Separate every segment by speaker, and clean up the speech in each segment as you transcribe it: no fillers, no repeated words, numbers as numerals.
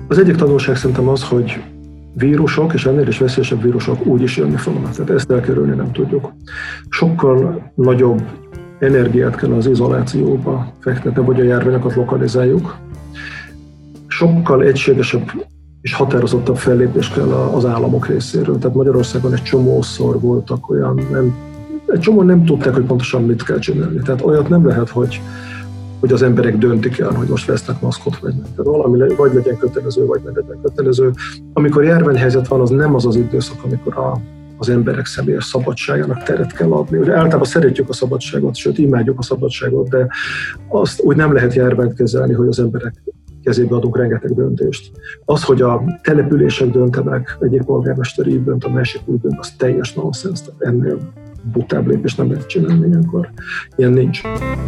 Speaker 1: Az egyik tanulság szerintem az, hogy vírusok, és ennél is veszélyesebb vírusok úgy is jönni fognak. Tehát ezt elkerülni nem tudjuk. Sokkal nagyobb energiát kell az izolációba fektetni, hogy a járványokat lokalizáljuk. Sokkal egységesebb és határozottabb fellépés kell az államok részéről. Tehát Magyarországon egy csomószor voltak egy csomó nem tudták, hogy pontosan mit kell csinálni. Tehát olyat nem lehet, hogy az emberek döntik el, hogy most vesznek maszkot, vagy nem. Tehát valami vagy legyen kötelező, vagy ne legyen kötelező. Amikor járványhelyzet van, az nem az az időszak, amikor az emberek személyes szabadságának teret kell adni. Ugye általában szeretjük a szabadságot, sőt imádjuk a szabadságot, de azt úgy nem lehet járványt kezelni, hogy az emberek kezébe adunk rengeteg döntést. Az, hogy a települések döntenek, egyik polgármester így dönt, a másik úgy dönt, az teljes nonsens. Tehát ennél butább lépést nem lehet csinálni ilyenkor. Ilyen nincs.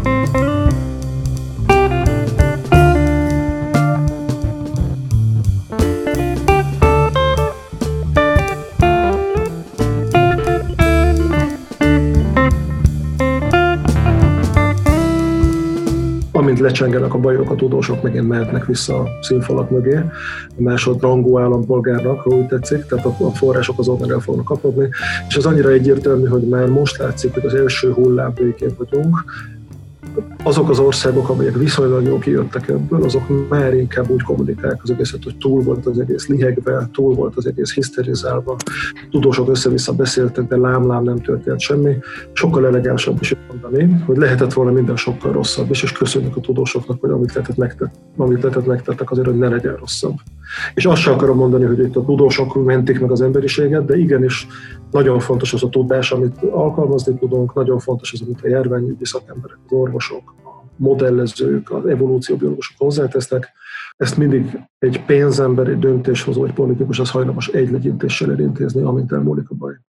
Speaker 1: Amint lecsengenek a bajok, a tudósok megint mehetnek vissza a színfalak mögé, a másodrangú állampolgárnak, ha úgy tetszik, tehát a források azonnal el fognak kapodni, és az annyira egyértelmű, hogy már most látszik, hogy az első hullám végén vagyunk. Azok az országok, amelyek viszonylag jól kijöttek ebből, azok már inkább úgy kommunikálják az egészet, hogy túl volt az egész lihegve, túl volt az egész hiszterizálva. Tudósok össze-vissza beszéltek, de lám-lám nem történt semmi. Sokkal elegánsabb is mondani, hogy lehetett volna minden sokkal rosszabb is, és köszönjük a tudósoknak, hogy amit lehetett megtettek azért, hogy ne legyen rosszabb. És azt sem akarom mondani, hogy itt a tudósok mentik meg az emberiséget, de igenis nagyon fontos az a tudás, amit alkalmazni tudunk, nagyon fontos az, amit a járványügyi szakemberek, az orvosok, a modellezők, az evolúcióbiológusok hozzátesznek. Ezt mindig egy pénzember, egy döntéshozó, egy politikus az hajlamos egy legyintéssel elintézni, amint elmúlik a baj.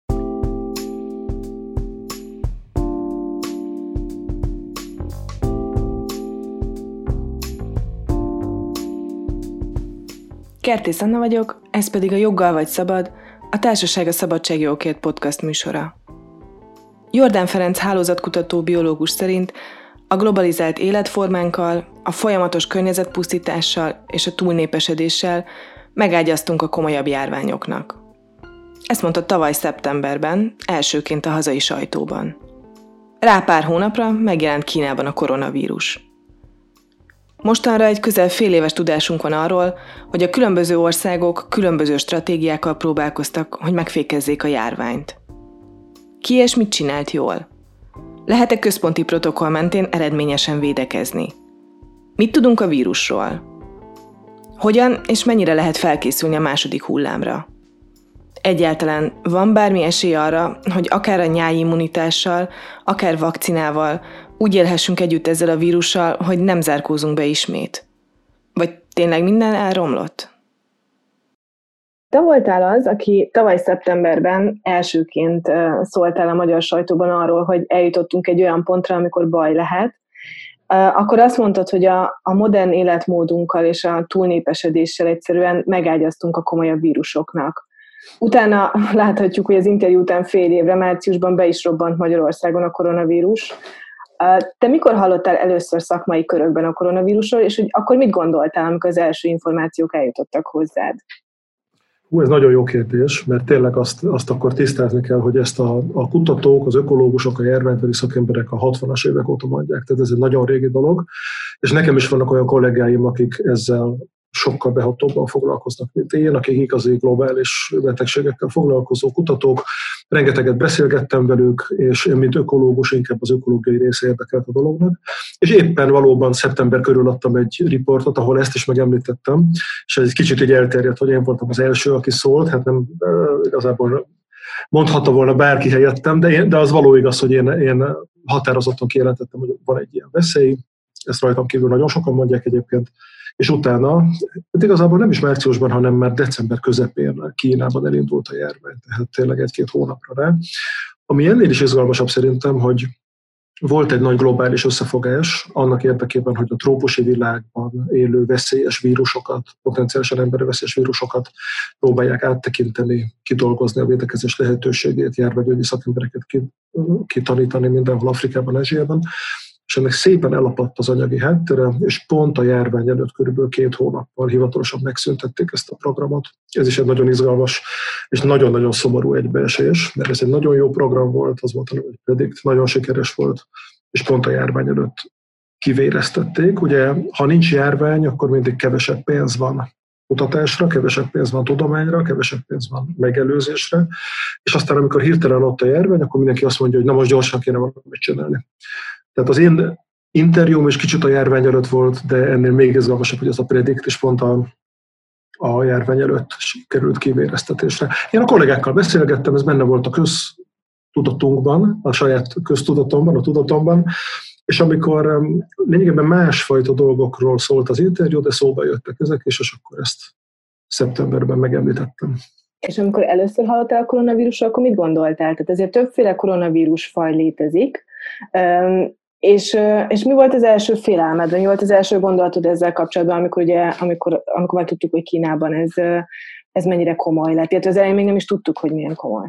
Speaker 2: Kertész Anna vagyok, ez pedig a Joggal vagy szabad, a Társaság a szabadságjogokért podcast műsora. Jordán Ferenc hálózatkutató biológus szerint a globalizált életformánkkal, a folyamatos környezetpusztítással és a túlnépesedéssel megágyaztunk a komolyabb járványoknak. Ezt mondta tavaly szeptemberben, elsőként a hazai sajtóban. Rá pár hónapra megjelent Kínában a koronavírus. Mostanra egy közel fél éves tudásunk van arról, hogy a különböző országok különböző stratégiákkal próbálkoztak, hogy megfékezzék a járványt. Ki és mit csinált jól? Lehet-e központi protokoll mentén eredményesen védekezni? Mit tudunk a vírusról? Hogyan és mennyire lehet felkészülni a második hullámra? Egyáltalán van bármi esély arra, hogy akár a nyári immunitással, akár vakcinával úgy élhessünk együtt ezzel a vírussal, hogy nem zárkózunk be ismét? Vagy tényleg minden elromlott? Te voltál az, aki tavaly szeptemberben elsőként szóltál a magyar sajtóban arról, hogy eljutottunk egy olyan pontra, amikor baj lehet. Akkor azt mondtad, hogy a modern életmódunkkal és a túlnépesedéssel egyszerűen megágyaztunk a komolyabb vírusoknak. Utána láthatjuk, hogy az interjú után fél évre, márciusban be is robbant Magyarországon a koronavírus. Te mikor hallottál először szakmai körökben a koronavírusról, és hogy akkor mit gondoltál, amikor az első információk eljutottak hozzád?
Speaker 1: Ez nagyon jó kérdés, mert tényleg azt akkor tisztázni kell, hogy ezt a kutatók, az ökológusok, a járványtani szakemberek a 60-as évek óta mondják. Tehát ez egy nagyon régi dolog, és nekem is vannak olyan kollégáim, akik ezzel sokkal behatóbban foglalkoznak, mint én, akik igazi globális betegségekkel foglalkozó kutatók. Rengeteget beszélgettem velük, és én, mint ökológus, inkább az ökológiai része érdekelt a dolognak. És éppen valóban szeptember körül adtam egy riportot, ahol ezt is megemlítettem, és ez egy kicsit így elterjedt, hogy én voltam az első, aki szólt, hát nem igazából mondhatta volna bárki helyettem, de az való igaz, hogy én határozottan kijelentettem, hogy van egy ilyen veszély, ezt rajtam kívül nagyon sokan mondják egyébként, és utána, igazából nem is márciusban, hanem már december közepén Kínában elindult a járvány, tehát tényleg egy-két hónapra rá. Ami ennél is izgalmasabb szerintem, hogy volt egy nagy globális összefogás annak érdekében, hogy a trópusi világban élő veszélyes vírusokat, potenciálisan emberveszélyes vírusokat próbálják áttekinteni, kidolgozni a védekezés lehetőségét, járványügyi szakembereket kitanítani mindenhol Afrikában, Ázsiában. és ennek szépen elapadt az anyagi háttere, és pont a járvány előtt körülbelül 2 hónappal hivatalosan megszüntették ezt a programot. Ez is egy nagyon izgalmas és nagyon-nagyon szomorú egybeesés, mert ez egy nagyon jó program volt, az volt a neve, hogy Predict, nagyon sikeres volt, és pont a járvány előtt kivéreztették. Ugye, ha nincs járvány, akkor mindig kevesebb pénz van kutatásra, kevesebb pénz van tudományra, kevesebb pénz van megelőzésre, és aztán amikor hirtelen ott a járvány, akkor mindenki azt mondja, hogy na most gyorsan kéne valamit csinálni. Tehát az én interjúm is kicsit a járvány előtt volt, de ennél még izgalmasabb, hogy ez a Predict is pont a járvány előtt került kivéreztetésre. Én a kollégákkal beszélgettem, ez benne volt a köztudatunkban, a saját köztudatomban, a tudatomban, és amikor lényegében másfajta dolgokról szólt az interjú, de szóba jöttek ezek, és akkor ezt szeptemberben megemlítettem.
Speaker 2: És amikor először hallottál a koronavírusról, akkor mit gondoltál? Tehát ezért többféle koronavírus faj létezik, és mi volt az első félelmed, mi volt az első gondolatod ezzel kapcsolatban, amikor már tudtuk, hogy Kínában ez mennyire komoly lett? Tehát az elején még nem is tudtuk, hogy milyen komoly.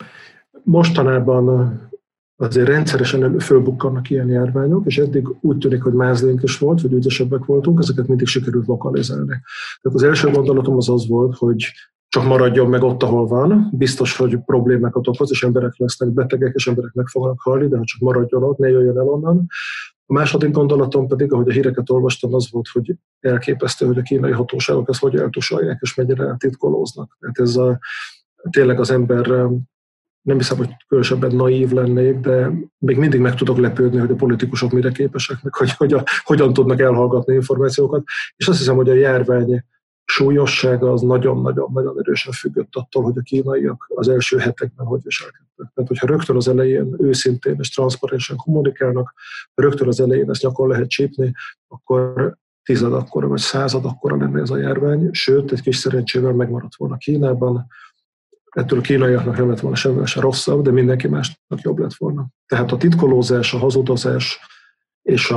Speaker 1: Mostanában azért rendszeresen fölbukkannak ilyen járványok, és eddig úgy tűnik, hogy mázlénk is volt, vagy ügyesebbek voltunk, ezeket mindig sikerült lokalizálni. Tehát az első gondolatom az volt, hogy csak maradjon meg ott, ahol van. Biztos, hogy problémákat okoz, és emberek lesznek betegek, és emberek meg fognak halni, de ha csak maradjon ott, ne jöjjön el onnan. A második gondolatom pedig, ahogy a híreket olvastam, az volt, hogy elképesztő, hogy a kínai hatóságok ezt hogy eltusolják, és mennyire titkolóznak. Tehát ez tényleg az ember, nem hiszem, hogy különösebben naív lennék, de még mindig meg tudok lepődni, hogy a politikusok mire képesek, meg hogyan tudnak elhallgatni információkat. És azt hiszem, hogy a járvány súlyossága az nagyon-nagyon erősen függött attól, hogy a kínaiak az első hetekben hogy viselkedtek. Tehát, hogyha rögtön az elején őszintén és transzparensen kommunikálnak, rögtön az elején ezt nyakon lehet csípni, akkor 10 akkora vagy 100 akkora lenne ez a járvány, sőt, egy kis szerencsével megmaradt volna Kínában. Ettől a kínaiaknak nem lett volna semmivel se rosszabb, de mindenki másnak jobb lett volna. Tehát a titkolózás, a hazudozás és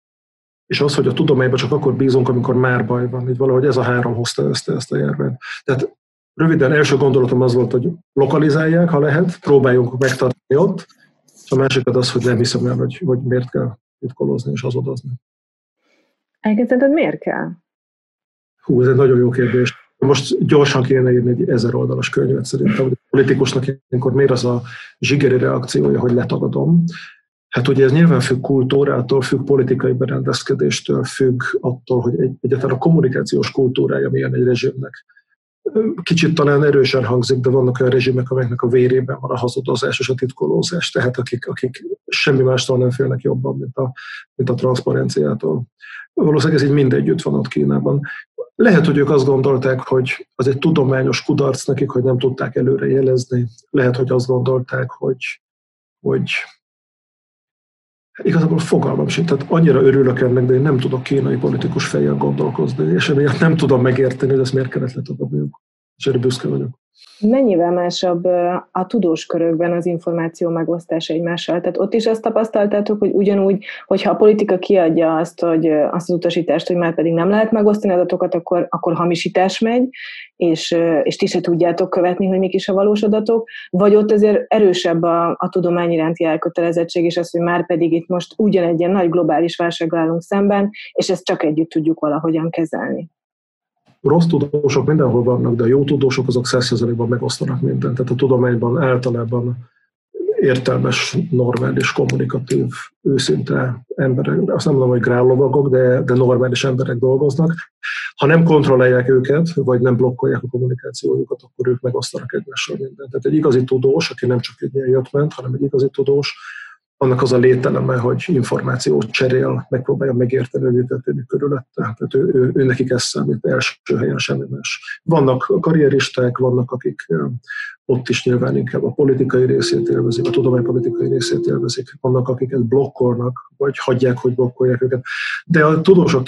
Speaker 1: az, hogy a tudományban csak akkor bízunk, amikor már baj van. Így valahogy ez a 3 hozta ezt a járványt. Tehát röviden első gondolatom az volt, hogy lokalizálják, ha lehet, próbáljunk megtartani ott, és a másik az, hogy nem hiszem el, hogy miért kell titkolózni és hazudozni.
Speaker 2: Elkezdted, miért kell?
Speaker 1: Ez egy nagyon jó kérdés. Most gyorsan kéne írni egy 1000 oldalas könyvet szerintem, hogy a politikusnak ilyenkor miért az a zsigeri reakciója, hogy letagadom. Hát ugye ez nyilván függ kultúrától, függ politikai berendezkedéstől, függ attól, hogy egyáltalán a kommunikációs kultúrája milyen egy rezsimnek. Kicsit talán erősen hangzik, de vannak olyan rezsimek, amelyeknek a vérében van a hazudozás és a titkolózás, tehát akik semmi mástól nem félnek jobban, mint a transzparenciától. Valószínűleg ez így mindegyütt van ott Kínában. Lehet, hogy ők azt gondolták, hogy az egy tudományos kudarc nekik, hogy nem tudták előre jelezni. Lehet, hogy azt gondolták, hogy igazából fogalmam sincs. Tehát annyira örülök ennek, de én nem tudok kínai politikus fejjel gondolkozni, és emiatt nem tudom megérteni, hogy ezt miért kellett letagadniuk. És erre büszke vagyok.
Speaker 2: Mennyivel másabb a tudós körökben az információ megosztása egymással? Tehát ott is azt tapasztaltátok, hogy ugyanúgy, hogyha a politika kiadja azt az utasítást, hogy már pedig nem lehet megosztani adatokat, akkor hamisítás megy, és ti se tudjátok követni, hogy mik is a valós adatok, vagy ott azért erősebb a tudomány iránti elkötelezettség, és az, hogy már pedig itt most ugyanegy ilyen nagy globális válsággal állunk szemben, és ezt csak együtt tudjuk valahogyan kezelni.
Speaker 1: Rossz tudósok mindenhol vannak, de a jó tudósok azok 100%-ban megosztanak mindent. Tehát a tudományban általában értelmes, normális, kommunikatív, őszinte emberek, azt nem mondom, hogy grállovagok, de normális emberek dolgoznak. Ha nem kontrollálják őket, vagy nem blokkolják a kommunikációjukat, akkor ők megosztanak egymással mindent. Tehát egy igazi tudós, aki nem csak egy ilyen jött-ment, hanem egy igazi tudós, annak az a lételeme, hogy információt cserél, megpróbálja megérteni, hogy mi történik körülötte. Tehát ő nekik ez számít első helyen, semmi más. Vannak karrieristák, vannak, akik ott is nyilván inkább a politikai részét élvezik, a tudománypolitikai részét élvezik. Vannak, akiket blokkolnak, vagy hagyják, hogy blokkolják őket. De a tudósok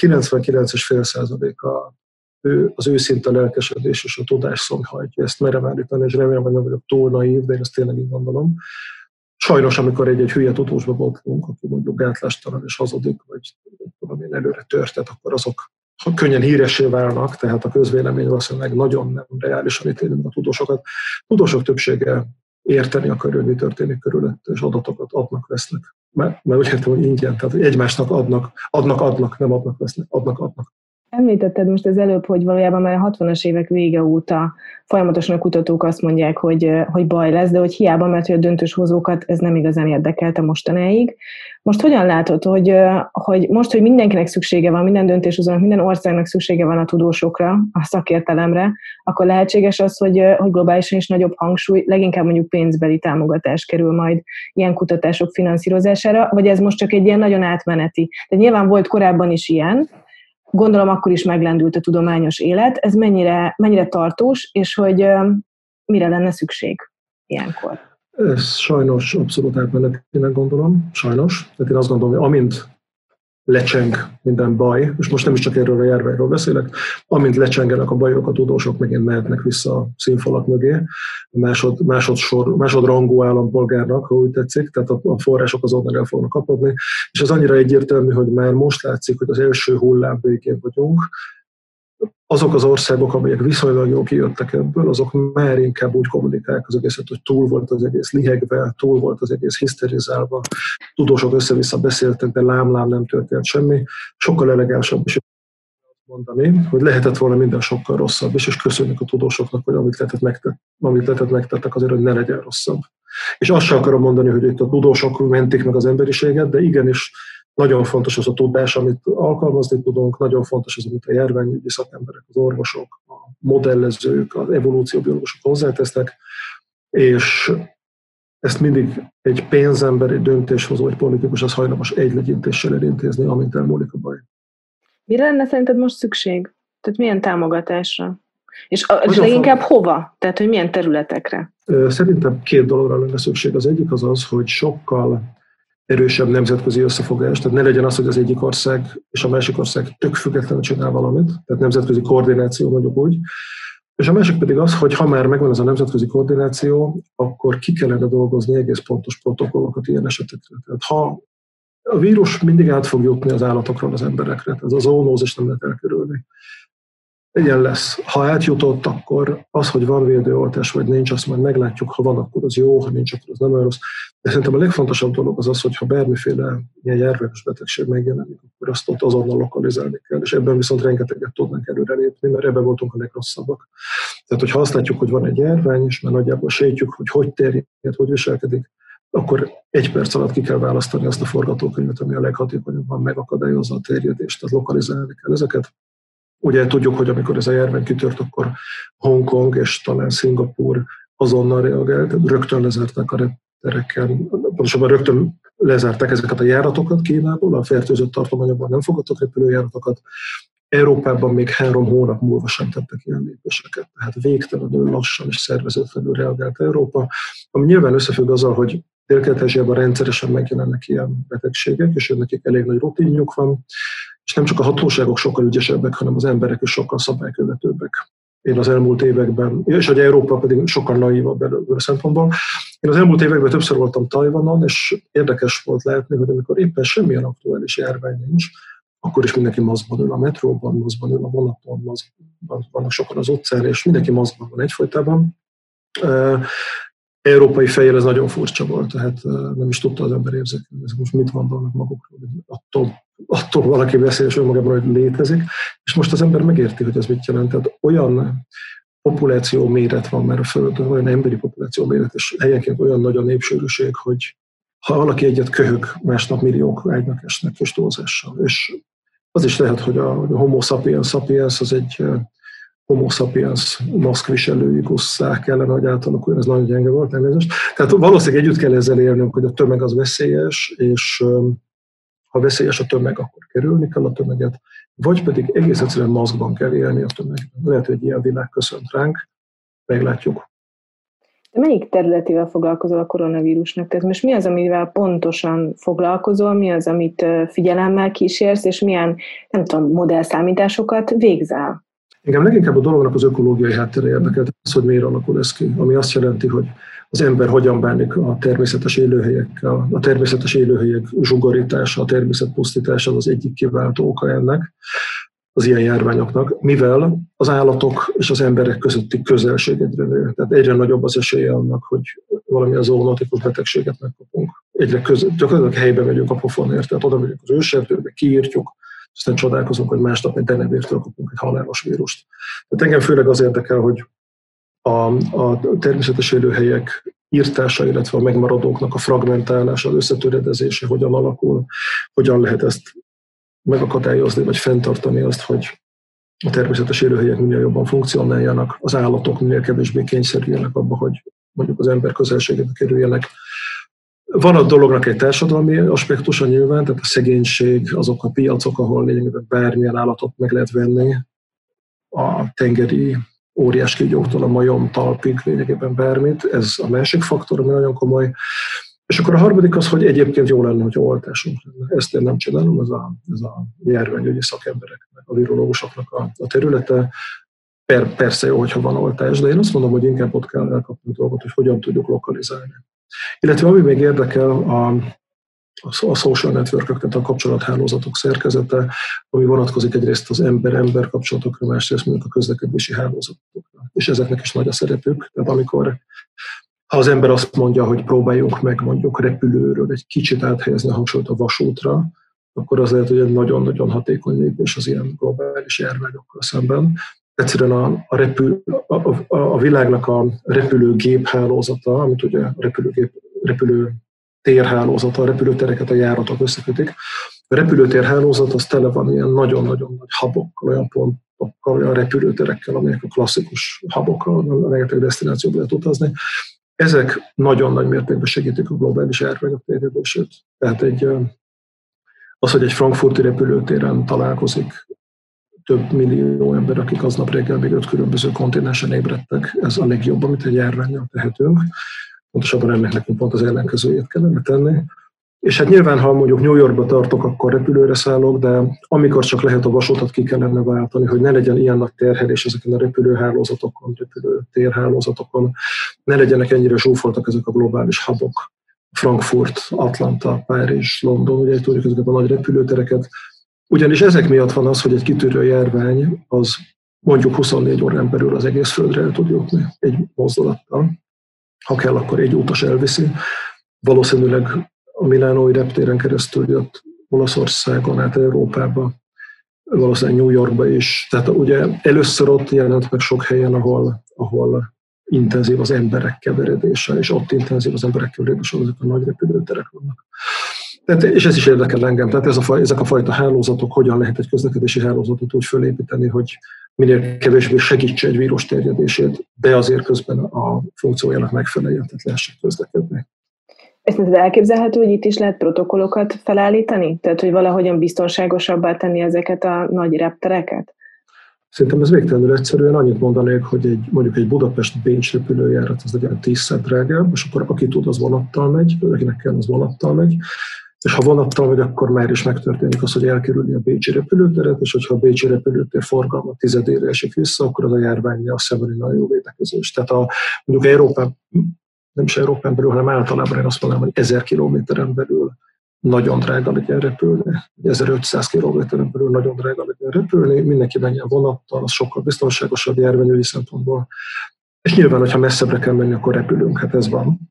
Speaker 1: 99,5%-a az őszinte lelkesedés és a tudásszony hajtja. Ezt merem állítani, és remélem, hogy nem vagyok túl naív, de én ezt tényleg így gondolom. Sajnos, amikor egy hülye tudósba voltunk, aki mondjuk gátlástalan és hazudik, vagy tudom én előre történt, akkor azok könnyen híressé válnak, tehát a közvélemény valószínűleg nagyon nem reálisan ítéli a tudósokat. Tudósok többsége érteni akarja, hogy mi történik körülött, és adatokat adnak, vesznek. Mert úgy értem, hogy ingyen, tehát egymásnak adnak, nem adnak, vesznek, adnak.
Speaker 2: Említetted most az előbb, hogy valójában már a 60-as évek vége óta folyamatosan a kutatók azt mondják, hogy baj lesz, de hogy hiába, mert hogy a döntéshozókat ez nem igazán érdekelte mostanáig. Most hogyan látod, hogy most, hogy mindenkinek szüksége van, minden döntéshozónak, minden országnak szüksége van a tudósokra, a szakértelemre, akkor lehetséges az, hogy globálisan is nagyobb hangsúly, leginkább mondjuk pénzbeli támogatás kerül majd ilyen kutatások finanszírozására, vagy ez most csak egy ilyen nagyon átmeneti. Tehát nyilván volt korábban is ilyen, gondolom akkor is meglendült a tudományos élet. Ez mennyire tartós, és hogy mire lenne szükség ilyenkor?
Speaker 1: Ez sajnos abszolút átmenetinek gondolom, sajnos. Tehát én azt gondolom, hogy amint lecseng minden baj, és most nem is csak erről a járványról beszélek, amint lecsengenek a bajok, a tudósok megint mehetnek vissza a színfalak mögé, másodrangú állampolgárnak, ha úgy tetszik, tehát a források azonnal el fognak kapodni, és az annyira egyértelmű, hogy már most látszik, hogy az első hullám végén vagyunk. Azok az országok, amelyek viszonylag jól kijöttek ebből, azok már inkább úgy kommunikálják az egészet, hogy túl volt az egész lihegve, túl volt az egész hiszterizálva, tudósok össze-vissza beszéltek, de lám nem történt semmi. Sokkal elegánsabb is mondani, hogy lehetett volna minden sokkal rosszabb is, és köszönjük a tudósoknak, hogy amit lehetett megtettek azért, hogy ne legyen rosszabb. És azt sem akarom mondani, hogy itt a tudósok mentik meg az emberiséget, de igenis nagyon fontos az a tudás, amit alkalmazni tudunk, nagyon fontos az, amit a járványügyi szakemberek, az orvosok, a modellezők, az evolúcióbiológusok hozzátesznek, és ezt mindig egy pénzember, egy döntéshozó, egy politikus az hajlamos egy legyintéssel elintézni, amint elmúlik a baj. Mire
Speaker 2: lenne szerinted most szükség? Tehát milyen támogatásra? És leginkább hova? Tehát, hogy milyen területekre?
Speaker 1: Szerintem 2 dologra lenne szükség. Az egyik az, hogy sokkal erősebb nemzetközi összefogás, tehát ne legyen az, hogy az egyik ország és a másik ország tök függetlenül csinál valamit, tehát nemzetközi koordináció mondjuk úgy. És a másik pedig az, hogy ha már megvan ez a nemzetközi koordináció, akkor ki kellene dolgozni egész pontos protokollokat ilyen esetekre. Tehát ha a vírus mindig át fog jutni az állatokról az emberekre, tehát az zoonózis nem lehet elkerülni. Ilyen lesz. Ha átjutott, akkor az, hogy van védőoltás vagy nincs, azt majd meglátjuk, ha van, akkor az jó, ha nincs, akkor az nem olyan rossz. De szerintem a legfontosabb dolog az, hogy ha bármiféle ilyen járványos betegség megjelenik, akkor azt ott azonnal lokalizálni kell, és ebben viszont rengeteget tudnánk előrelépni, mert ebben voltunk a legrosszabbak. Tehát, hogyha azt látjuk, hogy van egy járvány, és már nagyjából sejtjük, hogy terjed, hogy viselkedik, akkor 1 perc alatt ki kell választani azt a forgatókönyvet, ami a leghatékonyabban megakadályozza a terjedést, tehát lokalizálni kell ezeket. Ugye tudjuk, hogy amikor ez a járvány kitört, akkor Hongkong és talán Szingapúr azonnal reagált, rögtön lezárták a reptereken, pontosabban rögtön lezárták ezeket a járatokat Kínából, a fertőzött tartományokban nem fogadtak repülőjáratokat. Európában még 3 hónap múlva sem tettek ilyen lépéseket, tehát végtelenül lassan és szervezetlenül reagált Európa, ami nyilván összefügg azzal, hogy Dél-Kelet-Ázsiában rendszeresen megjelennek ilyen betegségek, és nekik elég nagy rutinjuk van, és nem csak a hatóságok sokkal ügyesebbek, hanem az emberek is sokkal szabálykövetőbbek. Én az elmúlt években, és hogy Európa pedig sokkal naívabb ebből a szempontból. Én az elmúlt években többször voltam Tajvanon, és érdekes volt látni, hogy amikor éppen semmilyen aktuális járvány nincs, akkor is mindenki maszkban ül a metróban, maszkban ül a vonaton, maszkban vannak sokan az utcán, és mindenki maszkban van egyfolytában. Európai fejjel ez nagyon furcsa volt, tehát nem is tudta az ember érzékelni, ezek most mit mondanak magukról, attól valaki beszél és önmagában, hogy létezik, és most az ember megérti, hogy ez mit jelent. Tehát olyan populáció méret van már a Földön, olyan emberi populáció méret, és helyenként olyan nagy a népsűrűség, hogy ha valaki egyet köhög, másnap milliók ágynak esnek és túlzással. És az is lehet, hogy a Homo sapiens sapiens az egy Homo sapiens maszkviselői gusszák ellen, hogy átalakuljon, ez nagyon gyenge volt, elnézést. Tehát valószínűleg együtt kell ezzel élnünk, hogy a tömeg az veszélyes, és ha veszélyes a tömeg, akkor kerülni kell a tömeget, vagy pedig egész egyszerűen maszkban kell élni a tömegben. Lehet, hogy ilyen világ köszönt ránk, meglátjuk.
Speaker 2: De melyik területével foglalkozol a koronavírusnak? Tehát most mi az, amivel pontosan foglalkozol, mi az, amit figyelemmel kísérsz, és milyen, nem tudom, modellszámításokat végzel?
Speaker 1: Engem leginkább a dolognak az ökológiai háttere érdekelt, az, hogy miért alakul ez ki, ami azt jelenti, hogy az ember hogyan bánik a természetes élőhelyekkel. A természetes élőhelyek zsugorítása, a természet pusztítása az egyik kiváltó oka ennek, az ilyen járványoknak, mivel az állatok és az emberek közötti közelség egyre nő. Tehát egyre nagyobb az esélye annak, hogy valamilyen zoonotikus betegséget megkapunk. gyakorlatilag helyben megyünk a pofonért, tehát oda megyünk az őserdőbe, kiírtjuk, aztán csodálkozunk, hogy másnap egy denevértől kapunk egy halálos vírust. Tehát engem főleg az érdekel, hogy a természetes élőhelyek írtása, illetve a megmaradóknak a fragmentálása, az összetöredezése hogyan alakul, hogyan lehet ezt megakadályozni, vagy fenntartani azt, hogy a természetes élőhelyek minél jobban funkcionáljanak, az állatok minél kevésbé kényszerüljenek abba, hogy mondjuk az ember közelségébe kerüljenek. Van a dolognak egy társadalmi aspektusa nyilván, tehát a szegénység, azok a piacok, ahol lényegében bármilyen állatot meg lehet venni, a tengeri óriás kígyóktól a majom talpig lényegében bármit, ez a másik faktor, ami nagyon komoly. És akkor a harmadik az, hogy egyébként jó lenne, hogy oltásunk lenne. Ezt én nem csinálom, ez a járványügyi szakembereknek, a virológusoknak a területe. Persze jó, hogyha van oltás, de én azt mondom, hogy inkább ott kell elkapni a dolgot, hogy hogyan tudjuk lokalizálni. Illetve ami még érdekel, a social network-ök, tehát a kapcsolathálózatok szerkezete, ami vonatkozik egyrészt az ember-ember kapcsolatokra, másrészt mondjuk a közlekedési hálózatokra. És ezeknek is nagy a szerepük. Tehát ha az ember azt mondja, hogy próbáljunk meg mondjuk repülőről egy kicsit áthelyezni a hangsúlyt a vasútra, akkor az lehet, hogy egy nagyon-nagyon hatékony lépés az ilyen globális járványokkal szemben. Egyszerűen a világnak a repülőgép hálózata, amit ugye a repülőtér hálózata, a repülőtereket a járatok összekötik. A repülőtér hálózat az tele van ilyen nagyon-nagyon nagy hubokkal, olyan pontokkal, olyan repülőterekkel, amelyek a klasszikus hubokkal, a rengeteg desztinációba lehet utazni. Ezek nagyon nagy mértékben segítik a globális járványok terjedését. Tehát az, hogy egy frankfurti repülőtéren találkozik több millió ember, akik aznap reggel még 5 különböző kontinensen ébredtek, ez a legjobb, amit egy járvánnyal tehetünk. Pontosabban ennek nekünk pont az ellenkezőjét kellene tenni. És hát nyilván, ha mondjuk New Yorkba tartok, akkor repülőre szállok, de amikor csak lehet a vasutat ki kellene váltani, hogy ne legyen ilyen nagy terhelés ezeken a repülőhálózatokon, repülőtérhálózatokon, ne legyenek ennyire zsúfoltak ezek a globális hubok, Frankfurt, Atlanta, Párizs, London, ugye tudjuk ezeket a nagy repülőtereket. Ugyanis ezek miatt van az, hogy egy kitörő járvány az mondjuk 24 órán belül az egész földre el tud jutni egy mozdulattal. Ha kell, akkor egy utas elviszi. Valószínűleg a milánói reptéren keresztül jött Olaszországon át Európába, valószínűleg New Yorkba is. Tehát ugye először ott jelent meg sok helyen, ahol intenzív az emberek keveredése, és ott intenzív az emberek keveredése, ezek a nagy repülőterek vannak. Tehát, és ez is érdekel engem, tehát ezek a fajta hálózatok, hogyan lehet egy közlekedési hálózatot úgy fölépíteni, hogy minél kevésbé segítse egy vírus terjedését, de azért közben a funkciójának megfeleljen, tehát lehessen közlekedni.
Speaker 2: Ez elképzelhető, hogy itt is lehet protokollokat felállítani? Tehát, hogy valahogyan biztonságosabbá tenni ezeket a nagy reptereket?
Speaker 1: Szerintem ez végtelenül egyszerűen annyit mondanék, hogy mondjuk egy Budapest-Bécs repülőjárat az legyen 10-szer drágább, és akkor aki tud, az vonattal megy, akinek kell, az vonattal megy. És ha vonattal megy, akkor már is megtörténik az, hogy elkerülni a bécsi repülőteret, és hogyha a bécsi repülőtér forgalma 10-ére esik vissza, akkor az a járvánnyal szemben nagyon jó védekezés. Tehát mondjuk Európán, nem is Európán belül, hanem általában én azt mondanám, hogy 1000 kilométeren belül nagyon drága legyen repülni, 1500 kilométeren belül nagyon drága legyen repülni, mindenki menjen vonattal, az sokkal biztonságosabb járványügyi szempontból. És nyilván, hogyha messzebbre kell menni, akkor repülünk, hát ez van.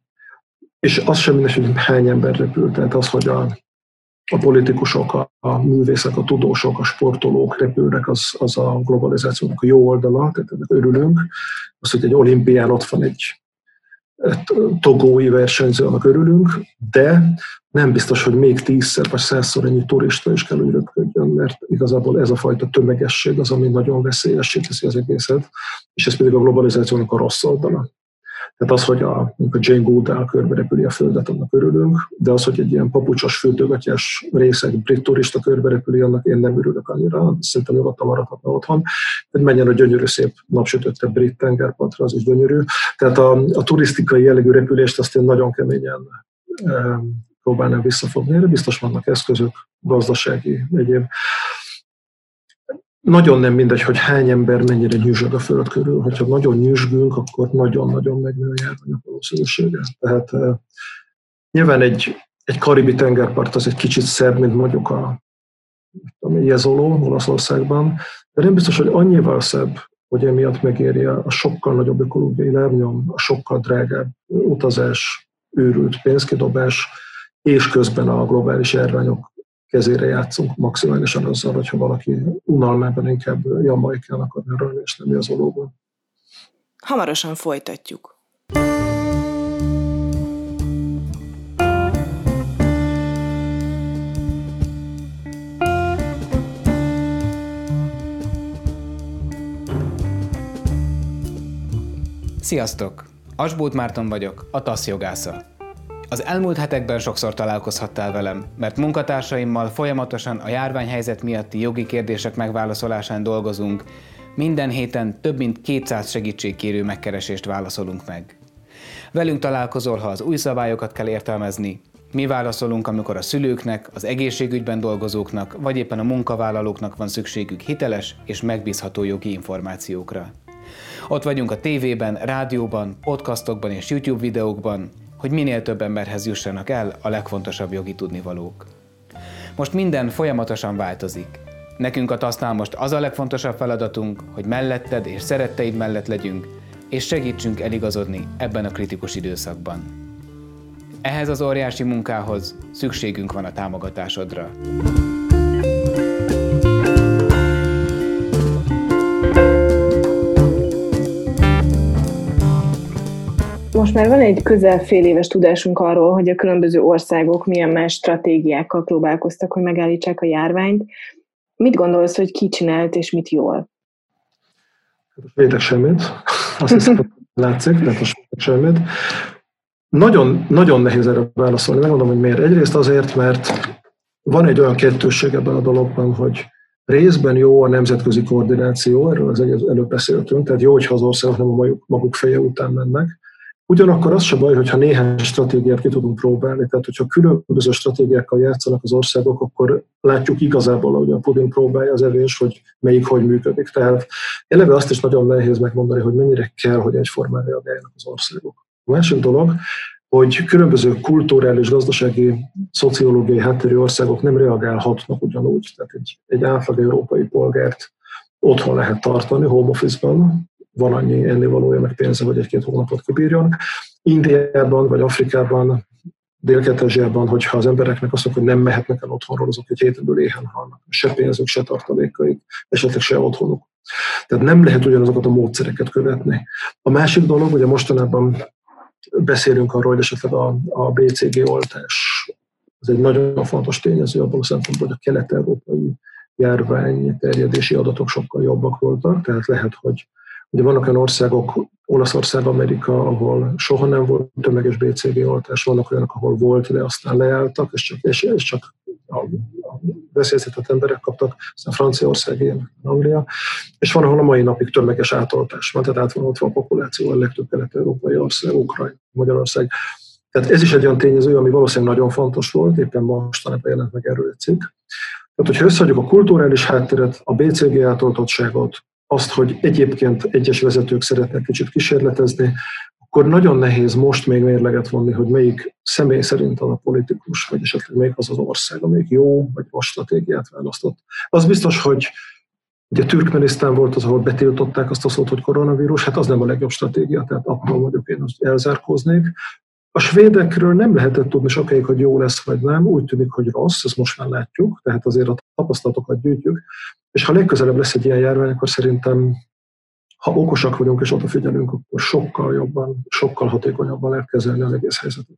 Speaker 1: És az sem mindegy, hogy hány ember repül, tehát az, hogy a politikusok, a művészek, a tudósok, a sportolók repülnek, az a globalizációnak a jó oldala, tehát ennek örülünk. Az, hogy egy olimpián ott van egy togói versenyző, annak örülünk, de nem biztos, hogy még 10-szer vagy 100-szor ennyi turista is kell, hogy röpködjön, mert igazából ez a fajta tömegesség az, ami nagyon veszélyessé teszi az egészet, és ez pedig a globalizációnak a rossz oldala. Tehát az, hogy a Jane Goodall körbe repüli a Földet, annak örülünk, de az, hogy egy ilyen papucsos, fültőgatyás részeg brit turista körbe repüli, annak én nem örülök annyira, szerintem nyugodtan maradhatna otthon, hogy menjen a gyönyörű szép napsütötte brit tengerpartra, az is gyönyörű. Tehát a turisztikai jellegű repülést azt én nagyon keményen próbálnám visszafogni, erre biztos vannak eszközök, gazdasági, egyéb. Nagyon nem mindegy, hogy hány ember mennyire nyüzsög a föld körül. Hogyha nagyon nyüzsgünk, akkor nagyon-nagyon megnő a járványok valószínűsége. Tehát nyilván egy karibi tengerpart az egy kicsit szebb, mint mondjuk a Jesolo Olaszországban, de nem biztos, hogy annyival szebb, hogy emiatt megérje a sokkal nagyobb ökológiai lábnyom, a sokkal drágább utazás, őrült pénzkidobás, és közben a globális járványok kezére játszunk maximálisan azzal, hogyha valaki unalmában inkább Jamaikán akar nyaralni, és nem Jazolóban.
Speaker 2: Hamarosan folytatjuk.
Speaker 3: Sziasztok! Asbóth Márton vagyok, a TASZ jogásza. Az elmúlt hetekben sokszor találkozhattál velem, mert munkatársaimmal folyamatosan a járványhelyzet miatti jogi kérdések megválaszolásán dolgozunk, minden héten több mint 200 segítségkérő megkeresést válaszolunk meg. Velünk találkozol, ha az új szabályokat kell értelmezni, mi válaszolunk, amikor a szülőknek, az egészségügyben dolgozóknak, vagy éppen a munkavállalóknak van szükségük hiteles és megbízható jogi információkra. Ott vagyunk a tévében, rádióban, podcastokban és YouTube videókban, hogy minél több emberhez jussanak el a legfontosabb jogi tudnivalók. Most minden folyamatosan változik. Nekünk a TASZ-nál most az a legfontosabb feladatunk, hogy melletted és szeretteid mellett legyünk, és segítsünk eligazodni ebben a kritikus időszakban. Ehhez az óriási munkához szükségünk van a támogatásodra.
Speaker 2: Most már van egy közel fél éves tudásunk arról, hogy a különböző országok milyen más stratégiákkal próbálkoztak, hogy megállítsák a járványt. Mit gondolsz, hogy ki csinált és mit jól?
Speaker 1: A svédek semmit. Azt hiszem, hogy látszik, de a svédek semmit. Nagyon, nagyon nehéz erre válaszolni. Megmondom, hogy miért. Egyrészt azért, mert van egy olyan kettősség ebben a dologban, hogy részben jó a nemzetközi koordináció, erről az előbb beszéltünk, tehát jó, hogyha az országok nem a maguk feje után mennek. Ugyanakkor az se baj, hogyha néhány stratégiát ki tudunk próbálni, tehát hogyha különböző stratégiákkal játszanak az országok, akkor látjuk igazából, hogy a puding próbálja az evés, hogy melyik hogy működik. Tehát eleve azt is nagyon nehéz megmondani, hogy mennyire kell, hogy egyformán reagáljanak az országok. A másik dolog, hogy különböző kulturális, gazdasági, szociológiai háttérű országok nem reagálhatnak ugyanúgy. Tehát egy átlag európai polgárt otthon lehet tartani, home office-ban, van annyi ennivalója, meg pénze, hogy egy-két hónapot kibírjon. Indiában vagy Afrikában, Dél-Kelet-Ázsiában, hogyha az embereknek azt mondjuk, hogy nem mehetnek el otthonról, azok egy héten éhen halnak. Se pénzük, se tartalékaik, esetleg se otthonuk. Tehát nem lehet ugyanazokat a módszereket követni. A másik dolog, ugye mostanában beszélünk arról, hogy esetleg a BCG oltás, ez egy nagyon fontos tényező abban a szempontból, hogy a kelet-európai járvány terjedési adatok sokkal jobbak voltak, tehát lehet, hogy ugye vannak olyan országok, Olaszország, Amerika, ahol soha nem volt tömeges BCG oltás, vannak olyanok, ahol volt, de aztán leálltak, és csak a veszélyeztetett emberek kaptak, aztán Franciaország, ilyen, Anglia, és van, ahol a mai napig tömeges átoltás van, tehát át van oltva a populáció, a legtöbb kelet-európai ország, Ukrajna, Magyarország. Tehát ez is egy olyan tényező, ami valószínűleg nagyon fontos volt, éppen mostanában jelent meg erről egy cikk. Tehát, hogyha összeadjuk a kulturális hátteret, a BCG átoltottságot, azt, hogy egyébként egyes vezetők szeretnek kicsit kísérletezni, akkor nagyon nehéz most még mérleget vonni, hogy melyik személy szerint az a politikus, vagy esetleg melyik az az ország, amelyik jó vagy rossz stratégiát választott. Az biztos, hogy ugye Türkmenisztán volt az, ahol betiltották azt a szót, hogy koronavírus, hát az nem a legjobb stratégia, tehát attól mondjuk én elzárkóznék. A svédekről nem lehetett tudni sokáig, hogy jó lesz vagy nem, úgy tűnik, hogy rossz, ezt most már látjuk, tehát azért a tapasztalatokat gyűjtjük, és ha legközelebb lesz egy ilyen járvány, akkor szerintem, ha okosak vagyunk és odafigyelünk, akkor sokkal jobban, sokkal hatékonyabban lehet kezelni az egész helyzetet.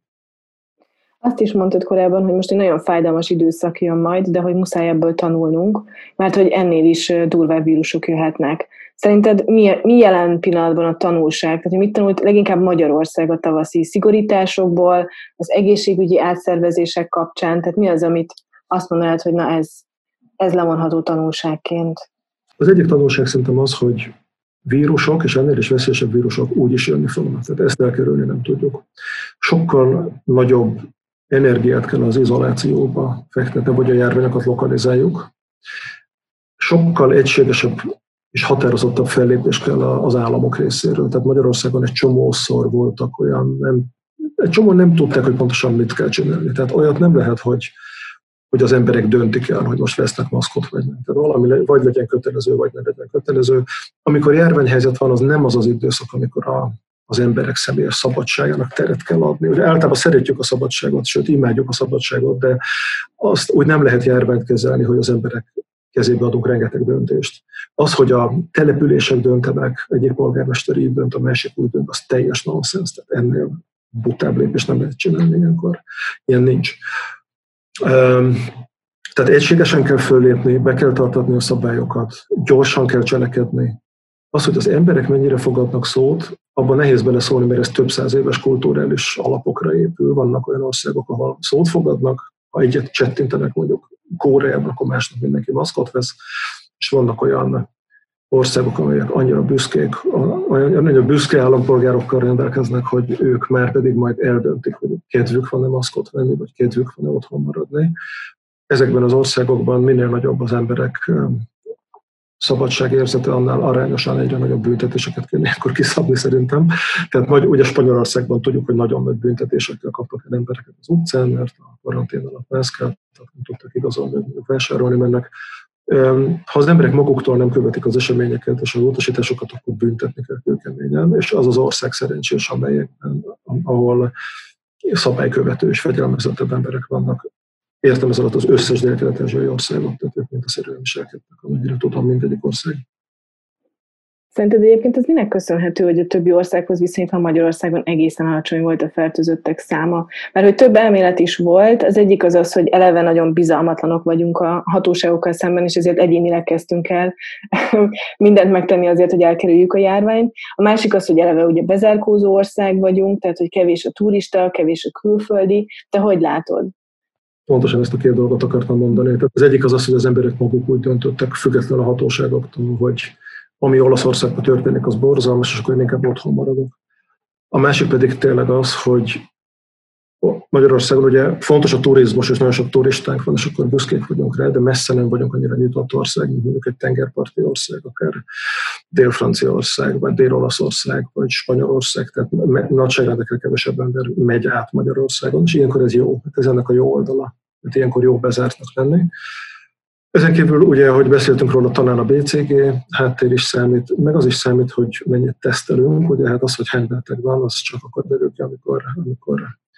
Speaker 2: Azt is mondtad korábban, hogy most egy nagyon fájdalmas időszak jön majd, de hogy muszáj ebből tanulnunk, mert hogy ennél is durvább vírusok jöhetnek. Szerinted mi jelen pillanatban a tanulság? Tehát mit tanult leginkább Magyarország a tavaszi szigorításokból, az egészségügyi átszervezések kapcsán? Tehát mi az, amit azt mondanád, hogy na ez levonható tanulságként?
Speaker 1: Az egyik tanulság szerintem az, hogy vírusok, és ennél is veszélyesebb vírusok úgy is jönni fognak. Tehát ezt elkerülni nem tudjuk. Sokkal nagyobb energiát kell az izolációba fektetni, vagy a járványokat lokalizáljuk. Sokkal egységesebb és határozottabb fellépés kell az államok részéről. Tehát Magyarországon egy csomószor voltak olyan, egy csomó nem tudták, hogy pontosan mit kell csinálni. Tehát olyat nem lehet, hogy az emberek döntik el, hogy most vesznek maszkot, vagy nem. Tehát valami vagy legyen kötelező, vagy ne legyen kötelező. Amikor járványhelyzet van, az nem az az időszak, amikor az emberek személyes szabadságának teret kell adni. Ugye általában szeretjük a szabadságot, sőt imádjuk a szabadságot, de azt úgy nem lehet járványt kezelni, hogy az emberek kezébe adunk rengeteg döntést. Az, hogy a települések döntenek, egyik polgármester így dönt, a másik úgy dönt, az teljes nonsens, tehát ennél butább lépést nem lehet csinálni ilyenkor. Ilyen nincs. Tehát egységesen kell föllépni, be kell tartatni a szabályokat, gyorsan kell cselekedni. Az, hogy az emberek mennyire fogadnak szót, abban nehéz beleszólni, mert ez több száz éves kulturális alapokra épül. Vannak olyan országok, ahol szót fogadnak, ha egyet csettintenek mondjuk Koreában, akkor másnap mindenki maszkot vesz, és vannak olyan országok, amelyek annyira büszke állampolgárokkal rendelkeznek, hogy ők már pedig majd eldöntik, hogy kedvük van-e maszkot venni, vagy kedvük van-e otthon maradni. Ezekben az országokban minél nagyobb az emberek szabadságérzete, annál arányosan egyre nagyobb büntetéseket kell ilyenkor kiszabni szerintem. Tehát majd ugye Spanyolországban tudjuk, hogy nagyon nagy büntetésekkel kaptak el embereket az utcán, mert a karantén alatt mászkáltak, nem tudtak igazolni, hogy vásárolni mennek. Ha az emberek maguktól nem követik az eseményeket és az utasításokat, akkor büntetni kell kőkeményen, és az az ország szerencsés, amelyekben, ahol szabálykövető és fegyelmezettebb emberek vannak. Értem ez alatt az összes dél-kelet-ázsiai országot, tehát ők mint a szerűen viselkednek, amennyire tudom, mindegyik ország.
Speaker 2: Szerinted egyébként ez minek köszönhető, hogy a többi országhoz viszonyítva Magyarországon egészen alacsony volt a fertőzöttek száma? Mert hogy több elmélet is volt, az egyik az, hogy eleve nagyon bizalmatlanok vagyunk a hatóságokkal szemben, és ezért egyénileg kezdtünk el mindent megtenni azért, hogy elkerüljük a járványt. A másik az, hogy eleve ugye bezárkózó ország vagyunk, tehát hogy kevés a turista, kevés a külföldi. Te hogy látod?
Speaker 1: Pontosan ezt a két dolgot akartam mondani. Tehát az egyik az, hogy az emberek maguk úgy döntöttek, függetlenül a hatóságoktól, hogy ami Olaszországban történik, az borzalmas, és akkor én inkább otthon maradok. A másik pedig tényleg az, hogy Magyarországon ugye fontos a turizmus, és nagyon sok turistánk van, és akkor büszkék vagyunk rá, de messze nem vagyunk annyira nyitott ország, mint mondjuk egy tengerparti ország, akár Dél-Franciaország, vagy Dél-Olaszország, vagy Spanyolország, tehát nagyságrendekre kevesebb ember megy át Magyarországon, és ilyenkor ez jó, ez ennek a jó oldala, tehát ilyenkor jó bezártnak lenni. Ezen kívül ugye, ahogy beszéltünk róla, talán a BCG háttér is számít, meg az is számít, hogy mennyit tesztelünk, ugye hát az, hogy hány beteg van, az csak akkor derül ki, amikor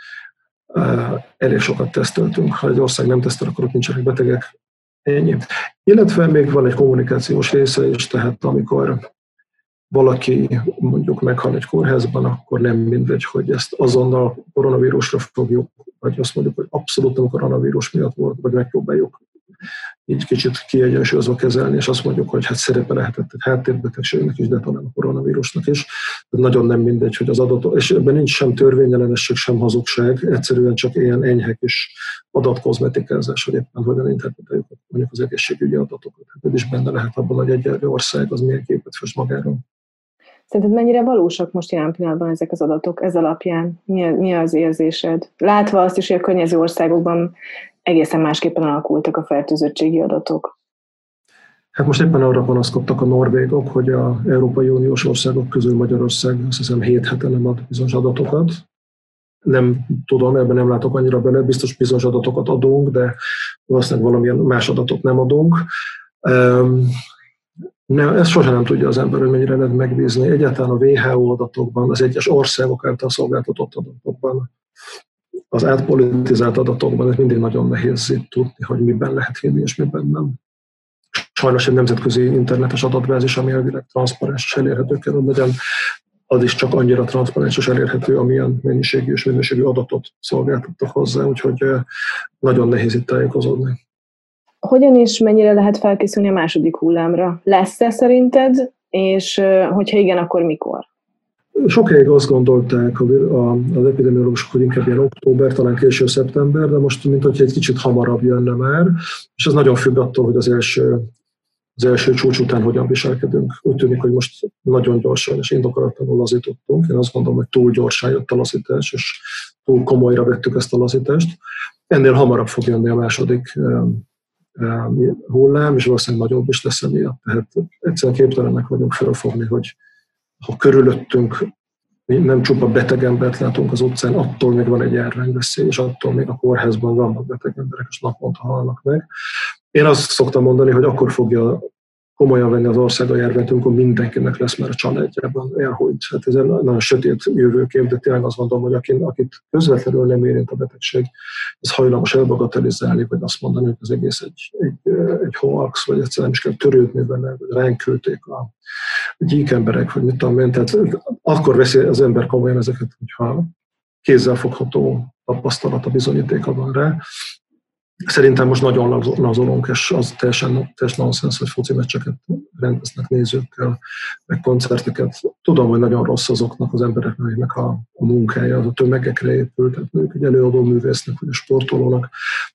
Speaker 1: elég sokat teszteltünk. Ha egy ország nem tesztel, akkor ott nincsenek betegek. Ennyi. Illetve még van egy kommunikációs része is, tehát amikor valaki mondjuk meghal egy kórházban, akkor nem mindegy, hogy ezt azonnal koronavírusra fogjuk, vagy azt mondjuk, hogy abszolút nem a koronavírus miatt volt, vagy megpróbáljuk így kicsit kiegyensúlyozva kezelni, és azt mondjuk, hogy hát szerepe lehetett egy háttérbetegségnek is, de talán a koronavírusnak is. De nagyon nem mindegy, hogy az adatok, és ebben nincs sem törvényellenesség, sem hazugság, egyszerűen csak ilyen enyhe kis adatkozmetikázás, hogy éppen hogyan interpretáljuk mondjuk az egészségügyi adatokat. Ez is benne lehet abban, hogy egy ország az milyen képet fest magáról.
Speaker 2: Szerinted mennyire valósak most jelen pillanatban ezek az adatok, ez alapján? Mi az érzésed? Látva azt is, hogy a környező országokban egészen másképpen alakultak a fertőzöttségi adatok.
Speaker 1: Hát most éppen arra panaszkodtak a norvégok, hogy az Európai Uniós országok közül Magyarország azt hiszem 7 hete nem ad bizonyos adatokat. Nem tudom, ebben nem látok annyira bele, biztos bizonyos adatokat adunk, de valószínűleg valamilyen más adatot nem adunk. Ezt sosem nem tudja az ember, hogy mennyire lehet megbízni. Egyáltalán a WHO adatokban, az egyes országok által szolgáltatott adatokban, az átpolitizált adatokban ez mindig nagyon nehéz tudni, hogy miben lehet hinni és miben nem. Sajnos egy nemzetközi internetes adatbázis, ami elvileg transzparens és elérhető kell, hogy legyen, az is csak annyira transzparens és elérhető, amilyen mennyiségű és minőségű adatot szolgáltattak hozzá, úgyhogy nagyon nehéz itt tájékozódni.
Speaker 2: Hogyan és mennyire lehet felkészülni a második hullámra? Lesz-e szerinted, és hogyha igen, akkor mikor?
Speaker 1: Sokáig azt gondolták az epidemiológusok, hogy inkább ilyen október, talán késő szeptember, de most minthogy egy kicsit hamarabb jönne már, és ez nagyon függ attól, hogy az első csúcs után hogyan viselkedünk. Úgy tűnik, hogy most nagyon gyorsan és indokolatlanul lazítottunk. Én azt gondolom, hogy túl gyorsan jött a lazítás, és túl komolyra vettük ezt a lazítást. Ennél hamarabb fog jönni a második hullám, és valószínűleg nagyobb is lesz emiatt. Tehát egyszerűen képtelenek vagyunk felfogni, hogy ha körülöttünk nem csupa beteg embert látunk az utcán, attól még van egy járványveszély, és attól még a kórházban vannak beteg emberek, és naponta halnak meg. Én azt szoktam mondani, hogy akkor fogja komolyan venni az ország a járványt, amikor mindenkinek lesz már a családjában elhunyt. Hát ez egy nagyon sötét jövőkép, de tényleg azt gondolom, hogy akit közvetlenül nem érint a betegség, ez hajlamos elbagatelizálni, vagy azt mondani, hogy az egész egy hoax, vagy egyszerűen is kell törődni vele, vagy ránk küldték a gyík emberek, vagy mit tudom én. Tehát akkor veszi az ember komolyan ezeket, hogyha kézzelfogható tapasztalata, bizonyítéka van rá. Szerintem most nagyon lazolunk, és az teljesen nonsens, hogy foci meccseket rendeznek nézőkkel, meg koncerteket. Tudom, hogy nagyon rossz azoknak az embereknek, akiknek a munkája az a tömegekre épült, tehát ők egy előadó művésznek, vagy a sportolónak,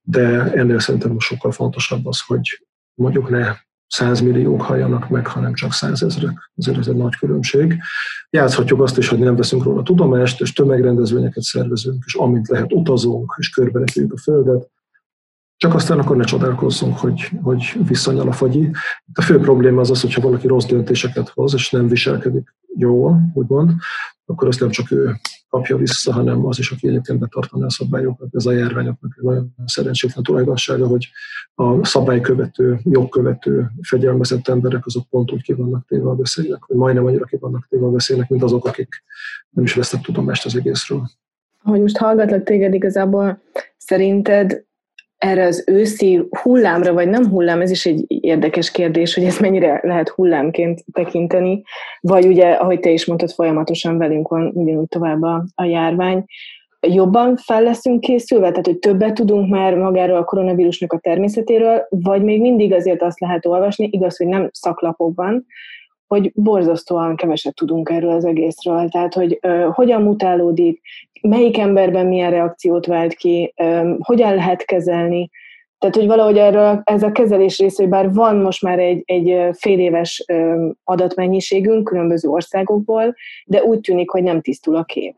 Speaker 1: de ennél szerintem most sokkal fontosabb az, hogy mondjuk ne 100 milliók halljanak meg, hanem csak 100 000. Azért ez egy nagy különbség. Játszhatjuk azt is, hogy nem veszünk róla tudomást, és tömegrendezvényeket szervezünk, és amint lehet utazunk, és körberepüljük a Földet, csak aztán akkor ne csodálkozzunk, hogy visszanyal a fagyi. A fő probléma az, hogyha valaki rossz döntéseket hoz, és nem viselkedik jól, úgymond, akkor azt nem csak ő kapja vissza, hanem az is, aki egyébként betartaná a szabályokat. Ez a járványoknak egy nagyon szerencsétlen tulajdonsága, hogy a szabálykövető, jogkövető, fegyelmezett emberek azok pont úgy ki vannak téve a veszélynek, vagy majdnem annyira ki vannak téve a veszélynek, mint azok, akik nem is vesznek tudomást az egészről.
Speaker 2: Hogy most hallgatlak téged, igazából szerinted erre az őszi hullámra, vagy nem hullám, ez is egy érdekes kérdés, hogy ezt mennyire lehet hullámként tekinteni, vagy ugye, ahogy te is mondtad, folyamatosan velünk van ugyanúgy tovább a járvány. Jobban fel leszünk készülve, tehát hogy többet tudunk már magáról a koronavírusnak a természetéről, vagy még mindig azért azt lehet olvasni, igaz, hogy nem szaklapokban, hogy borzasztóan keveset tudunk erről az egészről. Tehát, hogy hogyan mutálódik, melyik emberben milyen reakciót vált ki, hogyan lehet kezelni. Tehát, hogy valahogy ez a kezelés rész, hogy bár van most már egy fél éves adatmennyiségünk különböző országokból, de úgy tűnik, hogy nem tisztul a kép.